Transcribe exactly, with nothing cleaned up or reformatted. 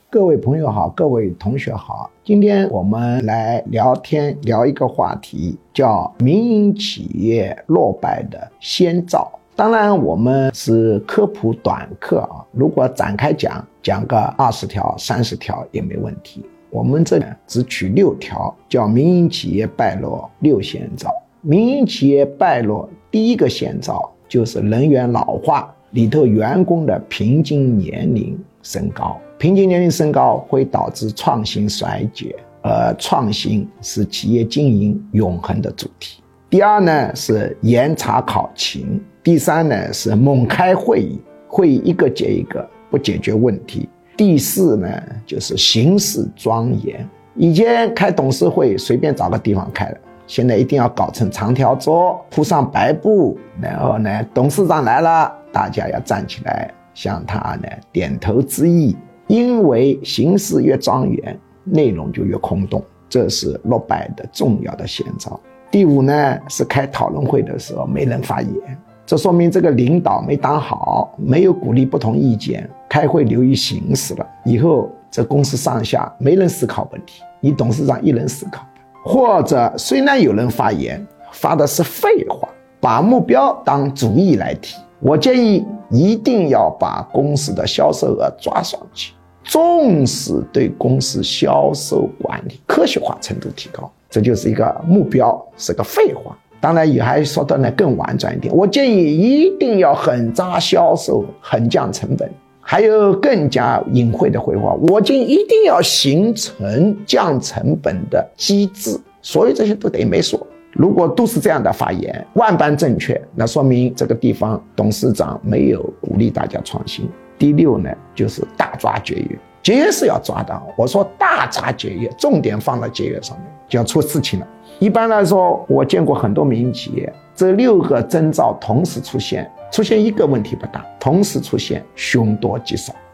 各位朋友好，各位同学好，今天我们来聊天，聊一个话题，叫民营企业落败的先兆。当然我们是科普短课啊，如果展开讲，讲个二十条、三十条也没问题。我们这里只取六条，叫民营企业败落六先兆。民营企业败落第一个先兆就是人员老化，里头员工的平均年龄升高，平均年龄升高会导致创新衰竭，而创新是企业经营永恒的主题。第二呢是严查考勤，第三呢是猛开会议，会议一个接一个不解决问题。第四呢就是行事庄严，以前开董事会随便找个地方开了，现在一定要搞成长条桌，铺上白布，然后呢董事长来了，大家要站起来向他呢点头致意，因为形式越庄严，内容就越空洞，这是落败的重要的先兆。第五呢是开讨论会的时候没人发言，这说明这个领导没当好，没有鼓励不同意见，开会流于形式了，以后这公司上下没人思考问题，你董事长一人思考。或者虽然有人发言，发的是废话，把目标当主意来提。我建议一定要把公司的销售额抓上去，重视对公司销售管理科学化程度提高，这就是一个目标，是个废话。当然也还说的呢更婉转一点，我建议一定要狠抓销售，狠降成本。还有更加隐晦的回话，我建议一定要形成降成本的机制。所有这些都得没说，如果都是这样的发言，万般正确，那说明这个地方董事长没有鼓励大家创新。第六呢就是大抓节约，节约是要抓的，我说大抓节约，重点放在节约上面，就要出事情了。一般来说我见过很多民营企业，这六个征兆同时出现，出现一个问题不大，同时出现凶多吉少。